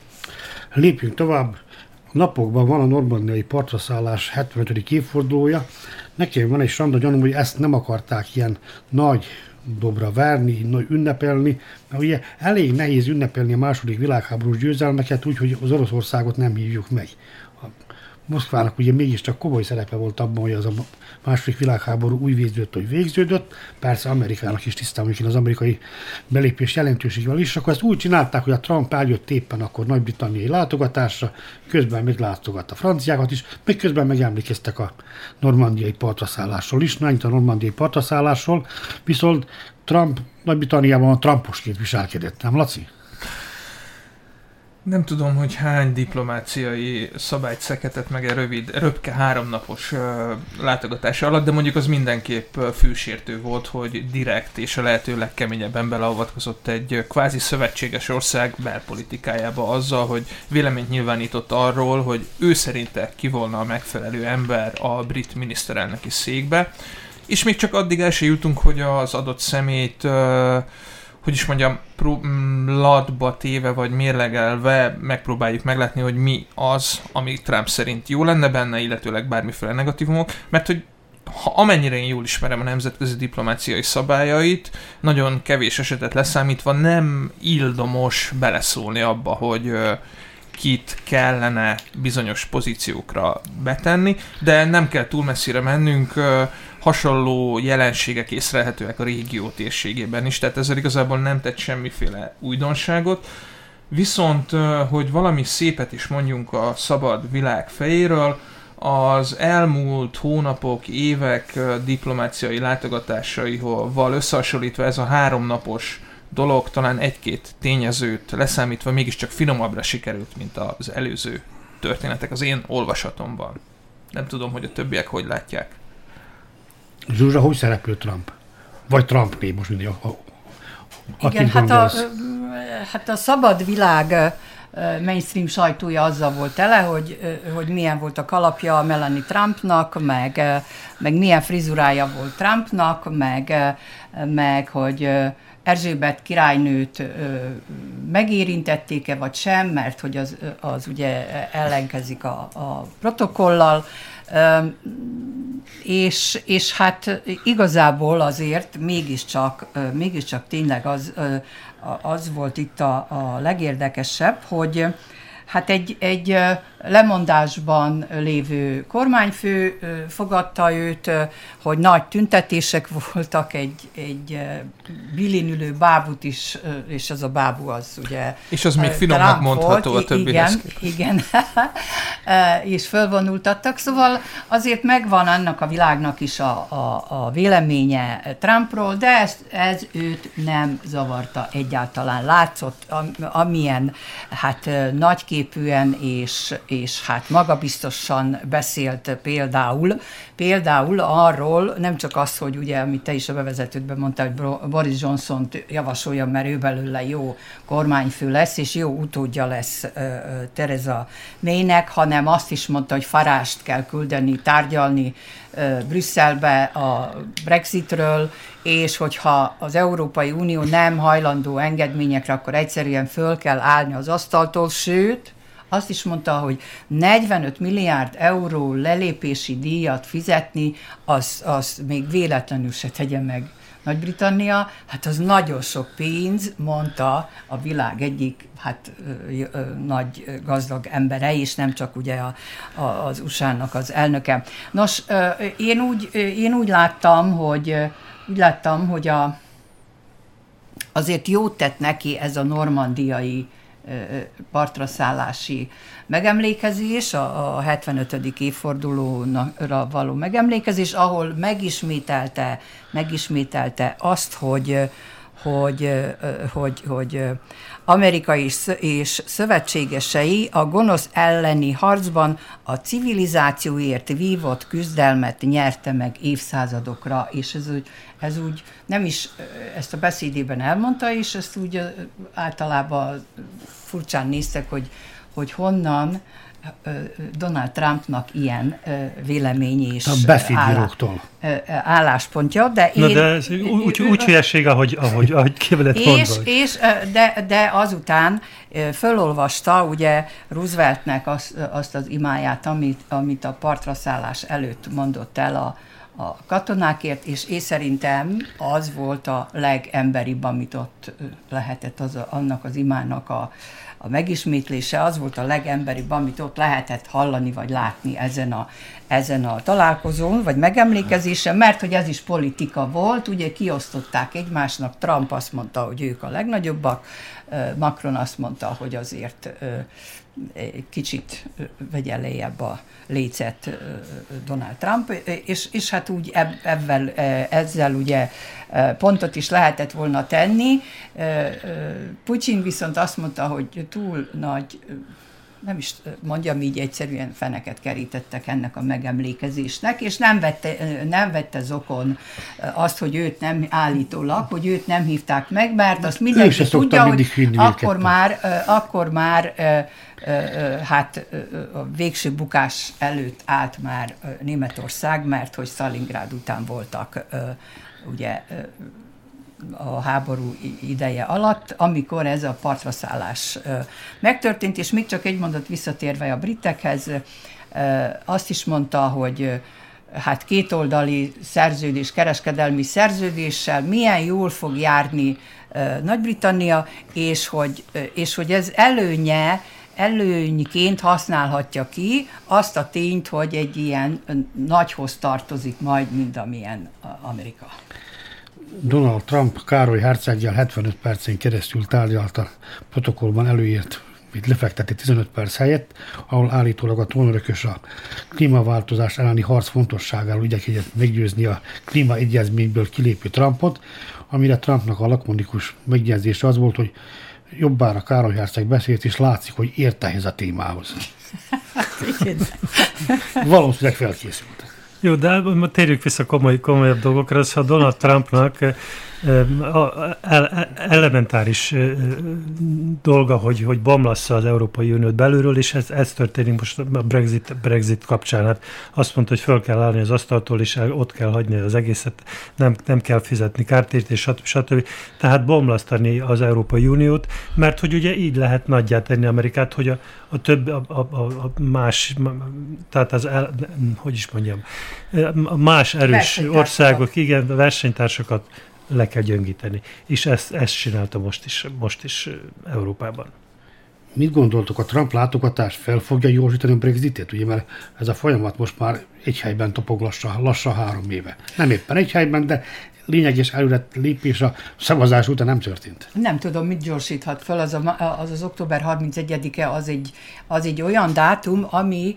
Lépjünk tovább. Napokban van a normandiai partraszállás 75. évfordulója. Nekem van egy stranda gyanúm, hogy ezt nem akarták ilyen nagy dobra verni, ünnepelni, mert ugye elég nehéz ünnepelni a második világháborús győzelmeket úgy, hogy az Oroszországot nem hívjuk meg. A Moszkvának ugye mégiscsak komoly szerepe volt abban, hogy az a második világháború úgy végződött, persze Amerikának is tisztában az amerikai belépés jelentőségvel is, akkor ezt úgy csinálták, hogy a Trump eljött éppen akkor nagy-britanniai látogatásra, közben meglátogatta a franciákat is, meg közben megemlékeztek a normandiai partraszállásról is, mennyit a normandiai partraszállásról, viszont Trump Nagy-Britanniában Trumposként viselkedett, nem Laci? Nem tudom, hogy hány diplomáciai szabályt szeketett meg egy röpke 3 napos látogatása alatt, de mondjuk az mindenképp fűsértő volt, hogy direkt és a lehető legkeményebben beleavatkozott egy kvázi szövetséges ország belpolitikájába azzal, hogy véleményt nyilvánított arról, hogy ő szerinte ki volna a megfelelő ember a brit miniszterelnöki székbe, és még csak addig el se jutunk, hogy az adott személyt hogy is mondjam, latba téve vagy mérlegelve megpróbáljuk meglátni, hogy mi az, ami Trump szerint jó lenne benne, illetőleg bármiféle negatívumok, mert hogy amennyire én jól ismerem a nemzetközi diplomáciai szabályait, nagyon kevés esetet leszámítva nem ildomos beleszólni abba, hogy kit kellene bizonyos pozíciókra betenni, de nem kell túl messzire mennünk, hasonló jelenségek észlelhetőek a régió térségében is, tehát ezzel igazából nem tett semmiféle újdonságot. Viszont, hogy valami szépet is mondjunk a szabad világ fejéről, az elmúlt hónapok, évek diplomáciai látogatásaival összehasonlítva ez a 3 napos dolog talán 1-2 tényezőt leszámítva mégiscsak finomabbra sikerült, mint az előző történetek az én olvasatomban. Nem tudom, hogy a többiek hogy látják. Zsuzsa, hogy szereplő Trump? Vagy Trump név most mindig. Igen, hát a szabad világ mainstream sajtója azzal volt tele, hogy milyen volt a kalapja Melania Trumpnak, meg milyen frizurája volt Trumpnak, meg hogy Erzsébet királynőt megérintették-e vagy sem, mert hogy az ugye ellenkezik a protokollal, és hát igazából azért mégiscsak tényleg az volt itt a legérdekesebb, hogy hát egy lemondásban lévő kormányfő fogadta őt, hogy nagy tüntetések voltak, egy bilinülő bábút is, és az a bábú az ugye... És az még finomnak mondható volt, a többihez. Igen, és fölvonultattak, szóval azért megvan annak a világnak is a véleménye Trumpról, de ez őt nem zavarta egyáltalán. Látszott, amilyen hát nagyképűen és hát magabiztosan beszélt például arról, nem csak az, hogy ugye, amit te is a bevezetődben mondtál, hogy Boris Johnson-t javasolja, mert ő belőle jó kormányfő lesz, és jó utódja lesz Theresa Maynek, hanem azt is mondta, hogy Farage-t kell küldeni, tárgyalni Brüsszelbe a Brexitről, és hogyha az Európai Unió nem hajlandó engedményekre, akkor egyszerűen föl kell állni az asztaltól, sőt, azt is mondta, hogy 45 milliárd euró lelépési díjat fizetni, az még véletlenül se tegye meg Nagy-Britannia. Hát az nagyon sok pénz, mondta a világ egyik nagy gazdag embere, és nem csak ugye az USA-nak az elnöke. Nos, én úgy láttam, hogy azért jót tett neki ez a normandiai partraszállási megemlékezés, a 75. évfordulóra való megemlékezés, ahol megismételte azt, hogy Amerika és szövetségesei a gonosz elleni harcban a civilizációért vívott küzdelmet nyerte meg évszázadokra, és ez úgy nem is ezt a beszédében elmondta, és ezt úgy általában furcsán néztek, hogy honnan Donald Trumpnak ilyen vélemény és álláspontja, de én... de ez úgy hülyeség, ahogy ki lett mondva. De azután fölolvasta ugye Rooseveltnek azt az imáját, amit a partraszállás előtt mondott el a katonákért, és én szerintem az volt a legemberibb, amit ott lehetett annak az imának a megismétlése, az volt a legemberibb, amit ott lehetett hallani vagy látni ezen a találkozón, vagy megemlékezésen, mert hogy ez is politika volt, ugye kiosztották egymásnak, Trump azt mondta, hogy ők a legnagyobbak, Macron azt mondta, hogy azért kicsit vegye lejjebb a lécet Donald Trump, és hát úgy ezzel ugye pontot is lehetett volna tenni. Putyin viszont azt mondta, hogy túl nagy, nem is mondjam így, egyszerűen feneket kerítettek ennek a megemlékezésnek, és nem vette zokon azt, hogy őt nem állítólag, hogy őt nem hívták meg, mert azt mindenki tudja, hogy akkor már hát a végső bukás előtt állt már Németország, mert hogy Sztalingrád után voltak ugye a háború ideje alatt, amikor ez a partraszállás megtörtént, és még csak egy mondat visszatérve a britekhez, azt is mondta, hogy hát kétoldali szerződés, kereskedelmi szerződéssel milyen jól fog járni Nagy-Britannia, és hogy ez előnyként használhatja ki azt a tényt, hogy egy ilyen nagyhoz tartozik majd, mint amilyen Amerika. Donald Trump Károly herceggel 75 percen keresztül tárgyalt a protokollban előírt itt lefekteti 15 perc helyett, ahol állítólag a trónörökös a klímaváltozás elleni harc fontosságáról igyekezett meggyőzni a klímaegyezményből kilépő Trumpot, amire Trumpnak a lakonikus megjegyzése az volt, hogy jobbára Károly herceg beszélt, és látszik, hogy ért ehhez a témához. Valószínűleg felkészült. Jó, de térjük vissza komolyabb dolgokra. Az, ha Donald Trumpnak elementáris dolga, hogy bomlassza az Európai Uniót belülről, és ez történik most a Brexit kapcsán. Hát azt mondta, hogy föl kell állni az asztaltól, és ott kell hagyni az egészet, nem kell fizetni kártérítést, stb. Tehát bomlasztani az Európai Uniót, mert hogy ugye így lehet nagyjá tenni Amerikát, hogy a több, a más, tehát hogy is mondjam, a más erős országok, igen, a versenytársakat le kell gyöngíteni. És ezt csinálta most is Európában. Mit gondoltok, a Trump látogatás fel fogja gyorsítani a Brexitet? Ugye, mert ez a folyamat most már egy helyben topog lassan 3 éve. Nem éppen egy helyben, de lényeges előre lépés a szavazás után nem történt. Nem tudom, mit gyorsíthat fel, az október 31-e az egy olyan dátum, ami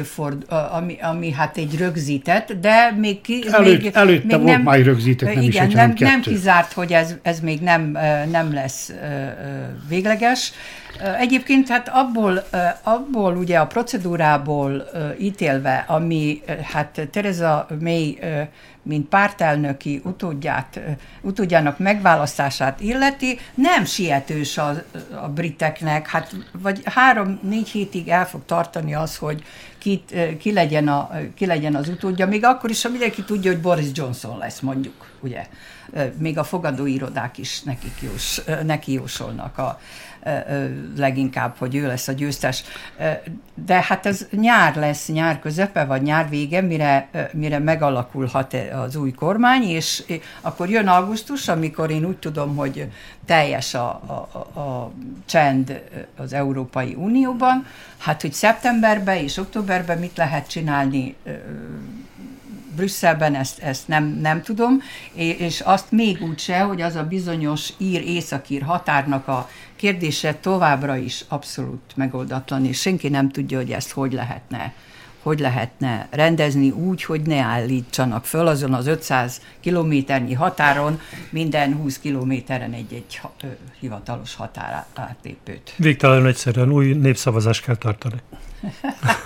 ami hát egy rögzített, de még előtte volt nem, már rögzített, nem igen, is egy, nem kizárt, hogy ez még nem lesz végleges. Egyébként hát abból ugye a procedúrából ítélve, ami hát Theresa May mint pártelnöki utódjának megválasztását illeti, nem sietős a briteknek, hát vagy 3-4 hétig el fog tartani az, hogy ki legyen az utódja, még akkor is, ha mindenki tudja, hogy Boris Johnson lesz, mondjuk, ugye. Még a fogadóirodák is neki jósolnak leginkább, hogy ő lesz a győztes. De hát ez nyár lesz, nyár közepe, vagy nyár vége, mire megalakulhat az új kormány, és akkor jön augusztus, amikor én úgy tudom, hogy teljes a csend az Európai Unióban. Hát, hogy szeptemberben és októberben mit lehet csinálni Brüsszelben, ezt nem tudom, és azt még úgyse, hogy az a bizonyos északír határnak a kérdése továbbra is abszolút megoldatlan, és senki nem tudja, hogy ezt hogy lehetne rendezni úgy, hogy ne állítsanak föl azon az 500 kilométernyi határon minden 20 kilométeren egy hivatalos határátlépőt. Végtelenül egyszerűen új népszavazást kell tartani. Hát,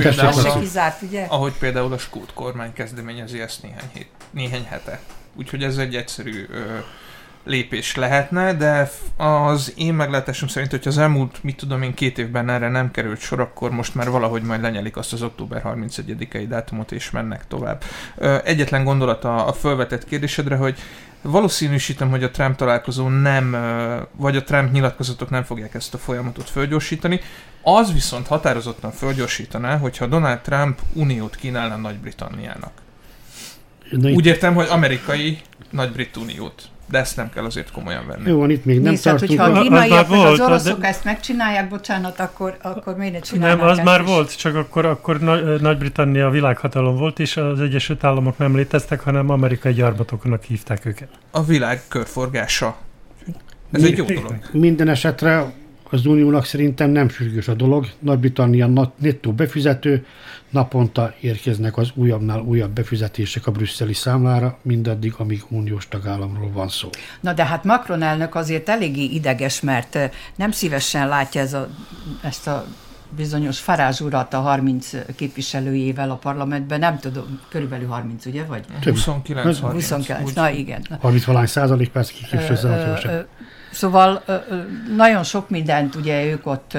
ahogy például a skót kormány kezdeményezi ezt néhány hete. Úgyhogy ez egy egyszerű lépés lehetne, de az én meglátásom szerint, hogy az elmúlt, 2 évben erre nem került sor, akkor most már valahogy majd lenyelik azt az október 31-i dátumot, és mennek tovább. Egyetlen gondolat a felvetett kérdésedre, hogy valószínűsítem, hogy a Trump találkozó vagy a Trump nyilatkozatok nem fogják ezt a folyamatot fölgyorsítani. Az viszont határozottan fölgyorsítaná, hogyha Donald Trump uniót kínálna Nagy-Britanniának. Úgy értem, hogy amerikai Nagy-Brit uniót. De ezt nem kell azért komolyan venni. Jó, van, itt még nem tartunk. Hogyha a kínaiak meg az oroszok ezt megcsinálják, bocsánat, akkor miért ne csinálják? Nem, az már volt, csak akkor Nagy-Britannia világhatalom volt, és az Egyesült Államok nem léteztek, hanem amerikai gyarmatoknak hívták őket. A világ körforgása. Ez egy jó dolog. Minden esetre az uniónak szerintem nem sürgős a dolog. Nagy-Britannia nettó befizető, naponta érkeznek az újabbnál újabb befizetések a brüsszeli számlára, mindaddig, amíg uniós tagállamról van szó. Na de hát Macron elnök azért eléggé ideges, mert nem szívesen látja ezt a bizonyos Farage urat a 30 képviselőjével a parlamentben, nem tudom, körülbelül 30, ugye? Vagy? 29, na igen. 30% persze kiképviselő. Szóval nagyon sok mindent ugye ők ott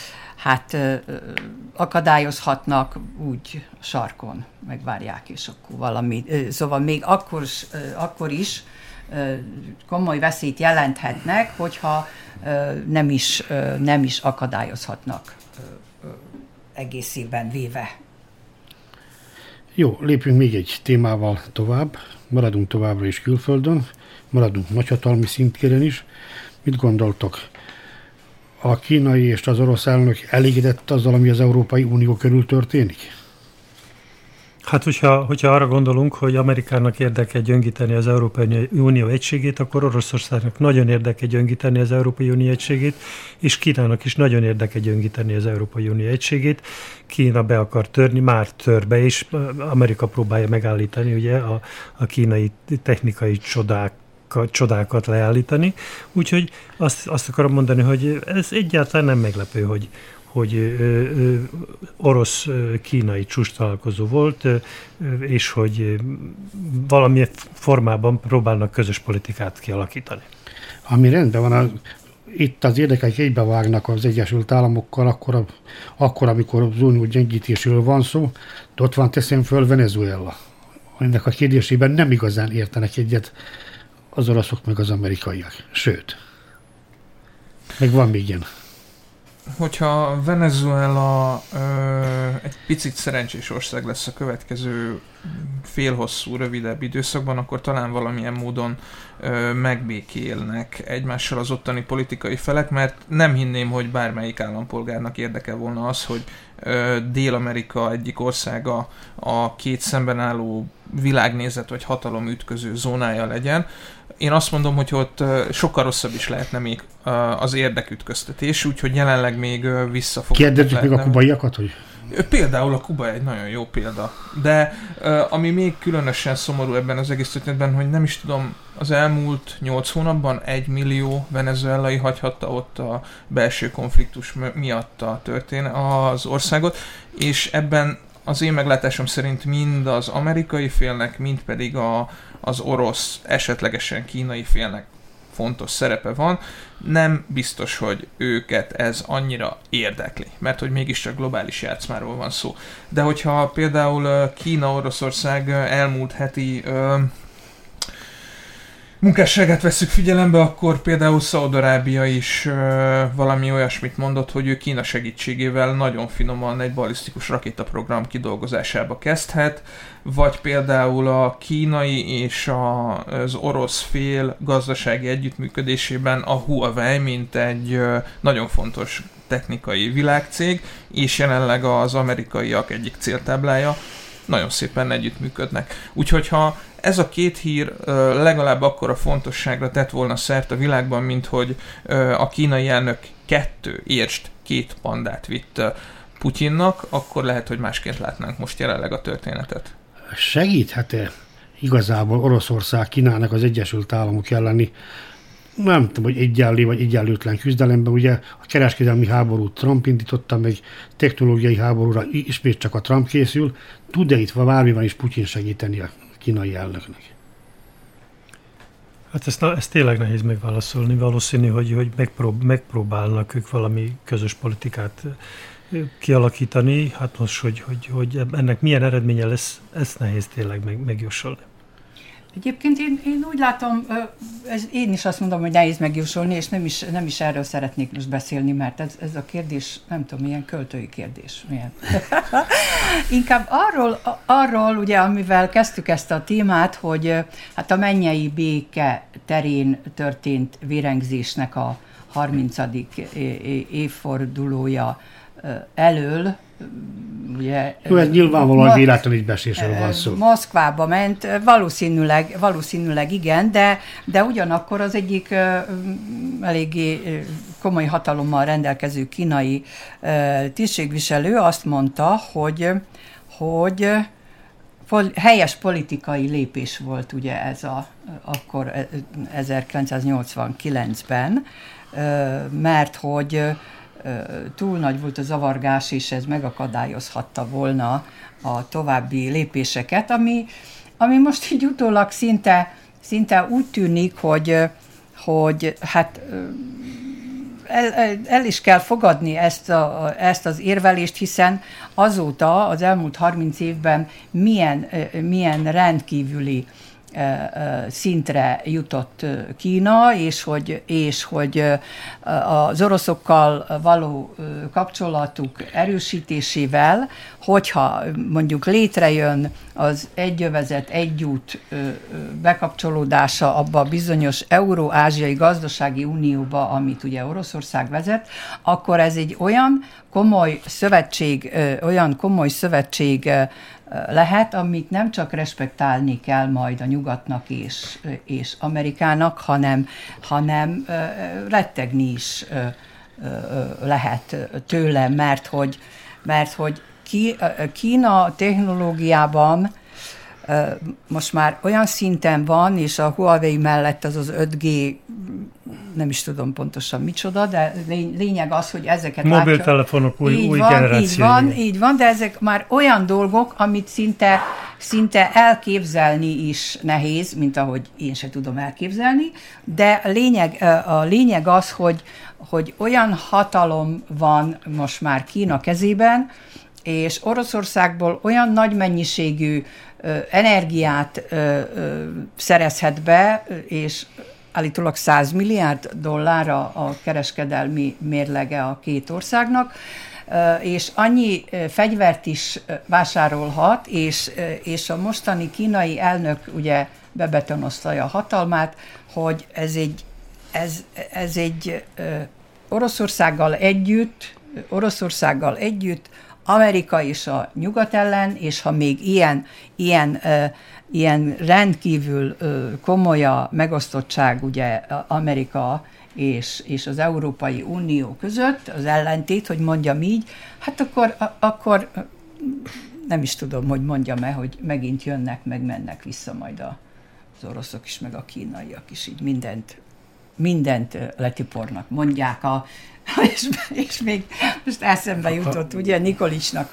akadályozhatnak úgy sarkon, megvárják, és akkor valami, szóval még akkor is komoly veszélyt jelenthetnek, hogyha nem is akadályozhatnak egészében véve. Jó, lépjünk még egy témával tovább. Maradunk továbbra is külföldön, maradunk nagyhatalmi szintkéren is. Mit gondoltok? A kínai és az orosz elnök elégedett azzal, ami az Európai Unió körül történik? Hát, hogyha arra gondolunk, hogy Amerikának érdeke gyöngíteni az Európai Unió egységét, akkor Oroszországnak nagyon érdeke gyöngíteni az Európai Unió egységét, és Kínának is nagyon érdeke gyöngíteni az Európai Unió egységét. Kína be akar törni, már tör be, és Amerika próbálja megállítani ugye a kínai technikai csodákat leállítani. Úgyhogy azt akarom mondani, hogy ez egyáltalán nem meglepő, hogy orosz-kínai csúcstalálkozó volt, és hogy valamilyen formában próbálnak közös politikát kialakítani. Ami rendben van, itt az érdekek egybevágnak az Egyesült Államokkal, akkor amikor az unió gyengítésről van szó, ott van, teszem föl, Venezuela. Ennek a kérdésében nem igazán értenek egyet az oroszok meg az amerikaiak. Sőt, meg van még ilyen. Hogyha Venezuela egy picit szerencsés ország lesz a következő félhosszú, rövidebb időszakban, akkor talán valamilyen módon megbékélnek egymással az ottani politikai felek, mert nem hinném, hogy bármelyik állampolgárnak érdeke volna az, hogy Dél-Amerika egyik országa a két szemben álló világnézet vagy hatalom ütköző zónája legyen. Én azt mondom, hogy ott sokkal rosszabb is lehetne még az érdekütköztetés, úgyhogy jelenleg még visszafogottak. Kérdezzük meg a kubaiakat, hogy... Például a Kuba egy nagyon jó példa. De ami még különösen szomorú ebben az egész történetben, hogy nem is tudom, az elmúlt 8 hónapban 1 millió venezuelai hagyhatta ott a belső konfliktus miatt az országot, és ebben az én meglátásom szerint mind az amerikai félnek, mind pedig az orosz, esetlegesen kínai félnek fontos szerepe van. Nem biztos, hogy őket ez annyira érdekli, mert hogy mégiscsak globális játszmáról van szó. De hogyha például Kína-Oroszország elmúlt heti munkásságát vesszük figyelembe, akkor például Szaúd-Arábia is valami olyasmit mondott, hogy ő Kína segítségével nagyon finoman egy balisztikus rakétaprogram kidolgozásába kezdhet, vagy például a kínai és az orosz fél gazdasági együttműködésében a Huawei, mint egy nagyon fontos technikai világcég, és jelenleg az amerikaiak egyik céltáblája, nagyon szépen együttműködnek. Úgyhogy ha ez a két hír legalább akkora fontosságra tett volna szert a világban, mint hogy a kínai elnök 2 pandát vitt Putyinnak, akkor lehet, hogy másként látnánk most jelenleg a történetet. Segíthet-e igazából Oroszország Kínának az Egyesült Államok elleni, nem tudom, hogy egyenlő vagy egyenlőtlen küzdelemben, ugye a kereskedelmi háborút Trump indította, meg technológiai háborúra ismét csak a Trump készül. Tud-e itt bármiben is Putyin segíteni a kínai elnöknek? Hát ezt tényleg nehéz megválaszolni. Valószínű, hogy megpróbálnak ők valami közös politikát kialakítani. Hát most, hogy ennek milyen eredménye lesz, ezt nehéz tényleg megjósolni. Egyébként én úgy látom, én is azt mondom, hogy nehéz megjósolni, és nem is erről szeretnék most beszélni, mert ez a kérdés, nem tudom, milyen költői kérdés. Milyen. Inkább arról, ugye, amivel kezdtük ezt a témát, hogy hát a mennyei béke terén történt vérengzésnek a 30. évfordulója elől, ugye, jó, ez nyilvánvalóan véletlen beesésről van szó. Moszkvába ment, valószínűleg igen, de ugyanakkor az egyik eléggé komoly hatalommal rendelkező kínai tisztségviselő azt mondta, hogy helyes politikai lépés volt ugye ez akkor 1989-ben, mert hogy túl nagy volt a zavargás, és ez megakadályozhatta volna a további lépéseket, ami most így utólag szinte úgy tűnik, hogy hát el is kell fogadni ezt az érvelést, hiszen azóta, az elmúlt 30 évben milyen rendkívüli szintre jutott Kína, és hogy az oroszokkal való kapcsolatuk erősítésével, hogyha mondjuk létrejön az egyövezet, egyút bekapcsolódása abba a bizonyos Euró-ázsiai gazdasági unióba, amit ugye Oroszország vezet, akkor ez egy olyan komoly szövetség lehet, amit nem csak respektálni kell majd a nyugatnak és Amerikának, hanem rettegni is lehet tőle, mert hogy Kína technológiában most már olyan szinten van, és a Huawei mellett az 5G, nem is tudom pontosan micsoda, de lényeg az, hogy ezeket mobiltelefonok új generációi. Így van, de ezek már olyan dolgok, amit szinte elképzelni is nehéz, mint ahogy én se tudom elképzelni, de a lényeg az, hogy olyan hatalom van most már Kína kezében, és Oroszországból olyan nagy mennyiségű energiát szerezhet be, és állítólag $100 milliárd a kereskedelmi mérlege a két országnak, és annyi fegyvert is vásárolhat, és a mostani kínai elnök ugye bebetonozta a hatalmát, hogy ez egy Oroszországgal együtt Amerika és a nyugat ellen, és ha még ilyen rendkívül komoly a megosztottság ugye Amerika és az Európai Unió között, az ellentét, hogy mondjam így, hát akkor nem is tudom, hogy mondjam-e, hogy megint jönnek, meg mennek vissza majd az oroszok is, meg a kínaiak is, így mindent letipornak, mondják és még most eszembe jutott ugye Nikolicsnak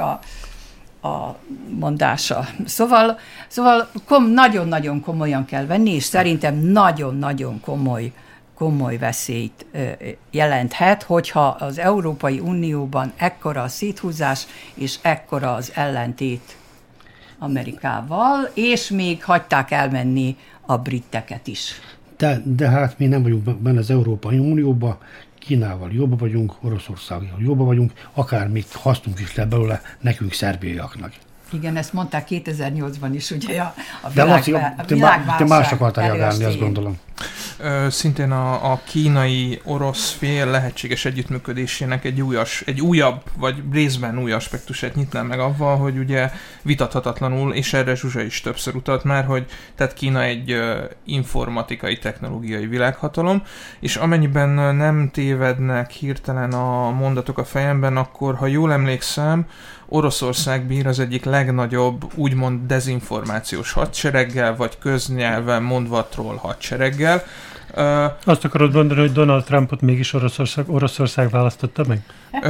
a mondása. Szóval nagyon-nagyon komolyan kell venni, és szerintem nagyon-nagyon komoly veszélyt jelenthet, hogyha az Európai Unióban ekkora a széthúzás, és ekkora az ellentét Amerikával, és még hagyták elmenni a briteket is. De hát mi nem vagyunk benne az Európai Unióban, Kínával jobban vagyunk, Oroszországgal jobban vagyunk, akár még hasznunk is le belőle nekünk szerbiaiaknak. Igen, ezt mondták 2008-ban is, ugye a világválság. Te más akartál reagálni, azt gondolom. Szintén a kínai-orosz fél lehetséges együttműködésének egy újabb, vagy részben új aspektusát nyitnám meg avval, hogy ugye vitathatatlanul, és erre Zsuzsa is többször utalt már, hogy tehát Kína egy informatikai, technológiai világhatalom, és amennyiben nem tévednek hirtelen a mondatok a fejemben, akkor, ha jól emlékszem, Oroszország bír az egyik legnagyobb, úgymond dezinformációs hadsereggel, vagy köznyelven mondva troll hadsereggel. Azt akarod mondani, hogy Donald Trumpot mégis Oroszország választotta meg?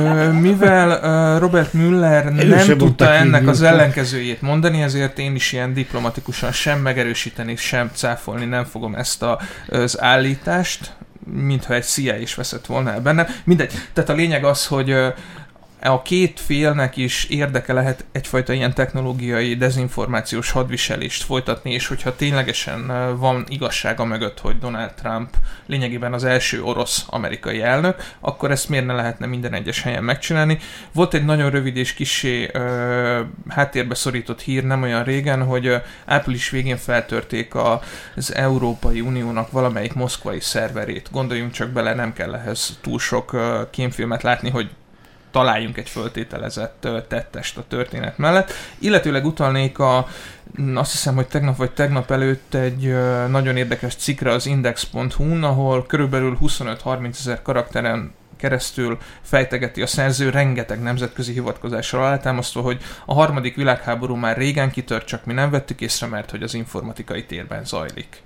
Mivel Robert Mueller nem tudta ennek az ellenkezőjét mondani, ezért én is ilyen diplomatikusan sem megerősíteni, sem cáfolni nem fogom ezt az állítást, mintha egy CIA is veszett volna el benne. Mindegy. Tehát a lényeg az, hogy a két félnek is érdeke lehet egyfajta ilyen technológiai dezinformációs hadviselést folytatni, és hogyha ténylegesen van igazsága mögött, hogy Donald Trump lényegében az első orosz-amerikai elnök, akkor ezt miért ne lehetne minden egyes helyen megcsinálni. Volt egy nagyon rövid és kissé háttérbe szorított hír nem olyan régen, hogy április végén feltörték az Európai Uniónak valamelyik moszkvai szerverét. Gondoljunk csak bele, nem kell ehhez túl sok kémfilmet látni, hogy találjunk egy föltételezett tettest a történet mellett. Illetőleg utalnék azt hiszem, hogy tegnap vagy tegnap előtt egy nagyon érdekes cikkre az index.hu-n, ahol körülbelül 25-30 ezer karakteren keresztül fejtegeti a szerző rengeteg nemzetközi hivatkozással alátámasztva, hogy a harmadik világháború már régen kitört, csak mi nem vettük észre, mert hogy az informatikai térben zajlik.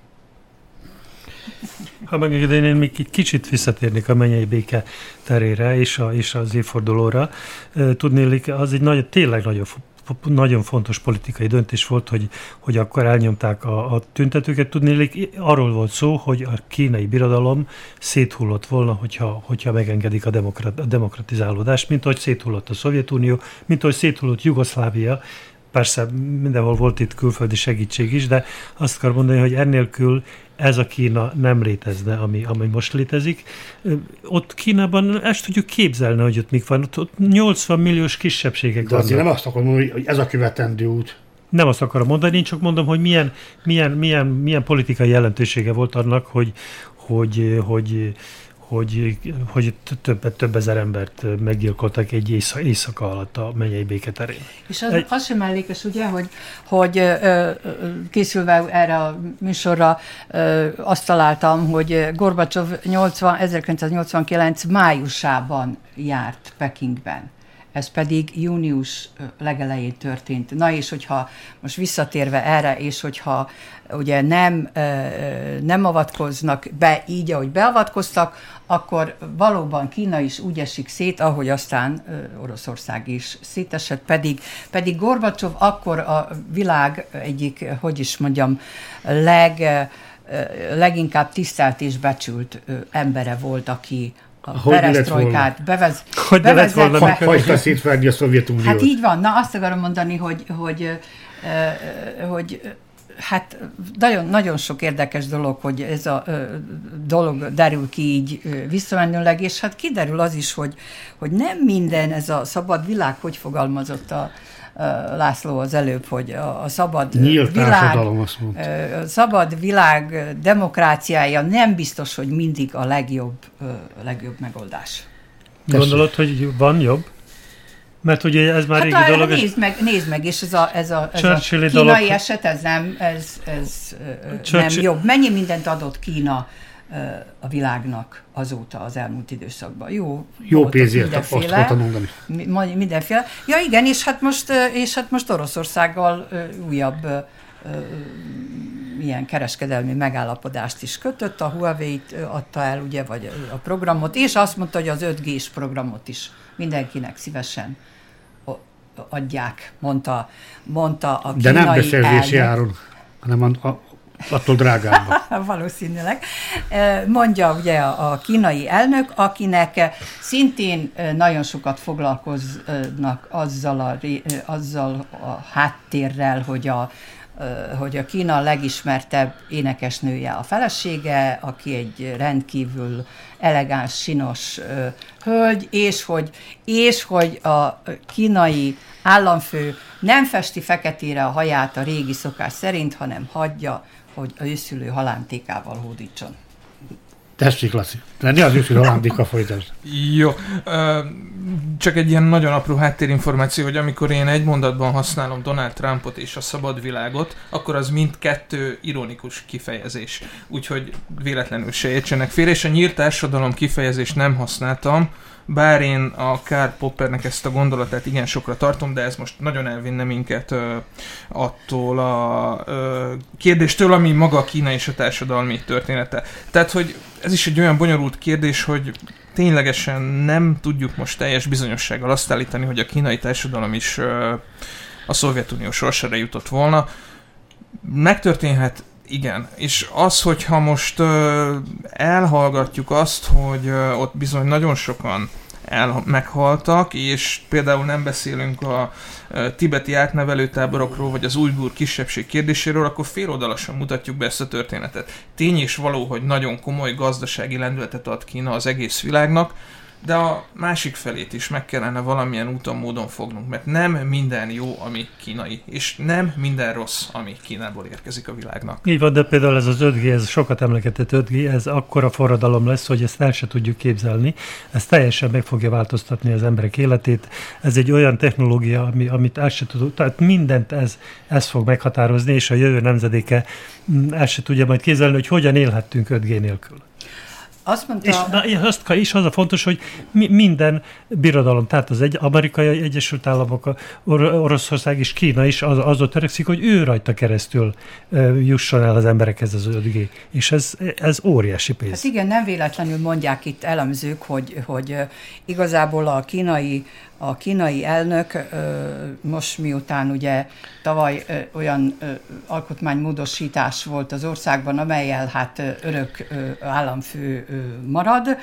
Ha megengedén, én még egy kicsit visszatérnék a mennyei béke terére és az évfordulóra. Tudnélik, az egy tényleg nagyon fontos politikai döntés volt, hogy akkor elnyomták a tüntetőket. Tudnélik, arról volt szó, hogy a kínai birodalom széthullott volna, hogyha megengedik a demokratizálódást, mint ahogy széthullott a Szovjetunió, mint ahogy széthullott Jugoszlávia. Persze mindenhol volt itt külföldi segítség is, de azt akar mondani, hogy ennélkül ez a Kína nem létezne, ami most létezik. Ott Kínában ezt tudjuk képzelni, hogy ott mik van. Ott 80 milliós kisebbségek vannak. De azért nem azt akarom mondani, hogy ez a követendő út. Nem azt akarom mondani, én csak mondom, hogy milyen politikai jelentősége volt annak, hogy hogy több ezer embert meggyilkoltak egy éjszaka alatt a mennyei béketerén. És az sem mellékes, ugye, hogy készülve erre a műsorra azt találtam, hogy Gorbacsov 1989 májusában járt Pekingben. Ez pedig június legelején történt. Na és hogyha most visszatérve erre, és hogyha ugye nem avatkoznak be így, ahogy beavatkoztak, akkor valóban Kína is úgy esik szét, ahogy aztán Oroszország is szétesett, pedig Gorbacsov akkor a világ egyik, hogy is mondjam, leginkább tisztelt és becsült embere volt, aki a peresztrojkát bevezetve. Hagyta szétverni a Szovjetuniót. Hát így van. Na, azt akarom mondani, hogy hát nagyon, nagyon sok érdekes dolog, hogy ez a dolog derül ki így visszamenőleg, és hát kiderül az is, hogy nem minden ez a szabad világ, hogy fogalmazott a László az előbb, hogy a szabad világ, szabad világ demokráciája nem biztos, hogy mindig a legjobb megoldás. Gondolod, hogy van jobb? Mert ugye ez már régi dolog. Nézd meg, és ez a kínai eset, ez nem jobb. Mennyi mindent adott Kína a világnak azóta az elmúlt időszakban. Jó pénzért, azt akartam mondani. Mindenféle. Ja igen, és hát most Oroszországgal újabb ilyen kereskedelmi megállapodást is kötött, a Huawei-t adta el, ugye, vagy a programot, és azt mondta, hogy az 5G-s programot is mindenkinek szívesen adják, mondta a kínai elnök. De nem beszerzési áron, hanem attól drágább. Valószínűleg. Mondja ugye a kínai elnök, akinek szintén nagyon sokat foglalkoznak azzal a háttérrel, hogy a Kína legismertebb énekesnője a felesége, aki egy rendkívül elegáns, sinos hölgy, és hogy a kínai államfő nem festi feketére a haját a régi szokás szerint, hanem hagyja, hogy az őszülő halántékával hódítson. Tessék, Laci, lenni az őszülő halántéka folytasd. Jó, csak egy ilyen nagyon apró háttérinformáció, hogy amikor én egy mondatban használom Donald Trumpot és a szabad világot, akkor az mindkettő ironikus kifejezés. Úgyhogy véletlenül se értsenek félre, és a nyílt társadalom kifejezést nem használtam, bár én a Karl Poppernek ezt a gondolatát igen sokra tartom, de ez most nagyon elvinne minket attól a kérdéstől, ami maga a Kína és a társadalmi története. Tehát, hogy ez is egy olyan bonyolult kérdés, hogy ténylegesen nem tudjuk most teljes bizonyossággal azt állítani, hogy a kínai társadalom is a Szovjetunió sorsára jutott volna. Megtörténhet, igen. És az, hogyha most elhallgatjuk azt, hogy ott bizony nagyon sokan meghaltak, és például nem beszélünk a tibeti átnevelőtáborokról, vagy az ujgur kisebbség kérdéséről, akkor féloldalasan mutatjuk be ezt a történetet. Tény és való, hogy nagyon komoly gazdasági lendületet ad Kína az egész világnak, de a másik felét is meg kellene valamilyen úton, módon fognunk, mert nem minden jó, ami kínai, és nem minden rossz, ami Kínából érkezik a világnak. Így van, de például ez az 5G, ez sokat emlegetett 5G, ez akkora forradalom lesz, hogy ezt el se tudjuk képzelni. Ez teljesen meg fogja változtatni az emberek életét. Ez egy olyan technológia, amit el se tudunk, tehát mindent ez fog meghatározni, és a jövő nemzedéke el se tudja majd képzelni, hogy hogyan élhettünk 5G nélkül. Azt mondta... És az a fontos, hogy minden birodalom, tehát az Amerikai Egyesült Államok, Oroszország és Kína is azon törekszik, hogy ő rajta keresztül jusson el az emberekhez az 5G. És ez óriási pénz. Hát igen, nem véletlenül mondják itt elemzők, hogy igazából a kínai elnök most miután ugye tavaly olyan alkotmánymódosítás volt az országban, amellyel hát örök államfő marad,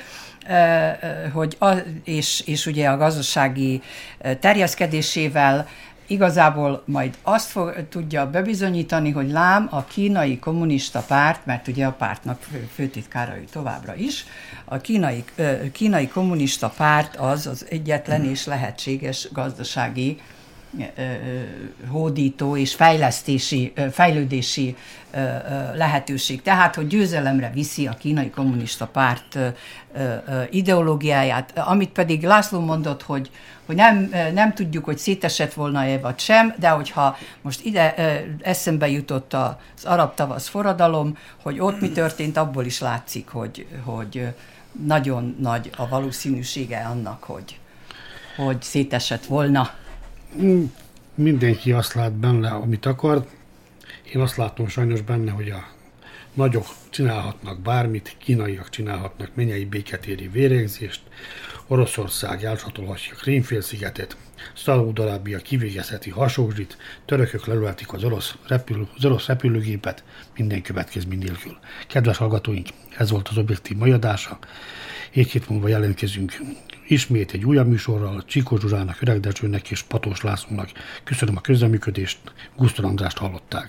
és ugye a gazdasági terjeszkedésével igazából majd azt tudja bebizonyítani, hogy lám a kínai kommunista párt, mert ugye a pártnak főtitkára ő továbbra is, a kínai kommunista párt az egyetlen és lehetséges gazdasági hódító és fejlődési lehetőség. Tehát, hogy győzelemre viszi a kínai kommunista párt ideológiáját, amit pedig László mondott, hogy nem tudjuk, hogy szétesett volna-e vagy sem, de hogyha most ide eszembe jutott az arab tavasz forradalom, hogy ott mi történt, abból is látszik, hogy nagyon nagy a valószínűsége annak, hogy szétesett volna. Mindenki azt lát benne, amit akar. Én azt látom sajnos benne, hogy a nagyok csinálhatnak bármit, kínaiak csinálhatnak mennyei béketéri vérengzést, Oroszország elcsatolhatja Krím-félszigetet, Szaúd-Arábia kivégezheti Hasogzsit, törökök lelőhetik az orosz repülőgépet minden következmény nélkül. Kedves hallgatóink, ez volt az Objektív mai adása. Egy hét múlva jelentkezünk ismét egy újabb műsorral, Csikó Zsuzsának, Öreg Dezsőnek és Patós Lászlónak. Köszönöm a közreműködést, Gusztor Andrást hallották.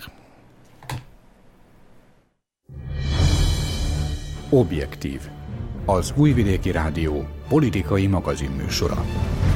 Objektív. Az Újvidéki Rádió politikai magazinműsora.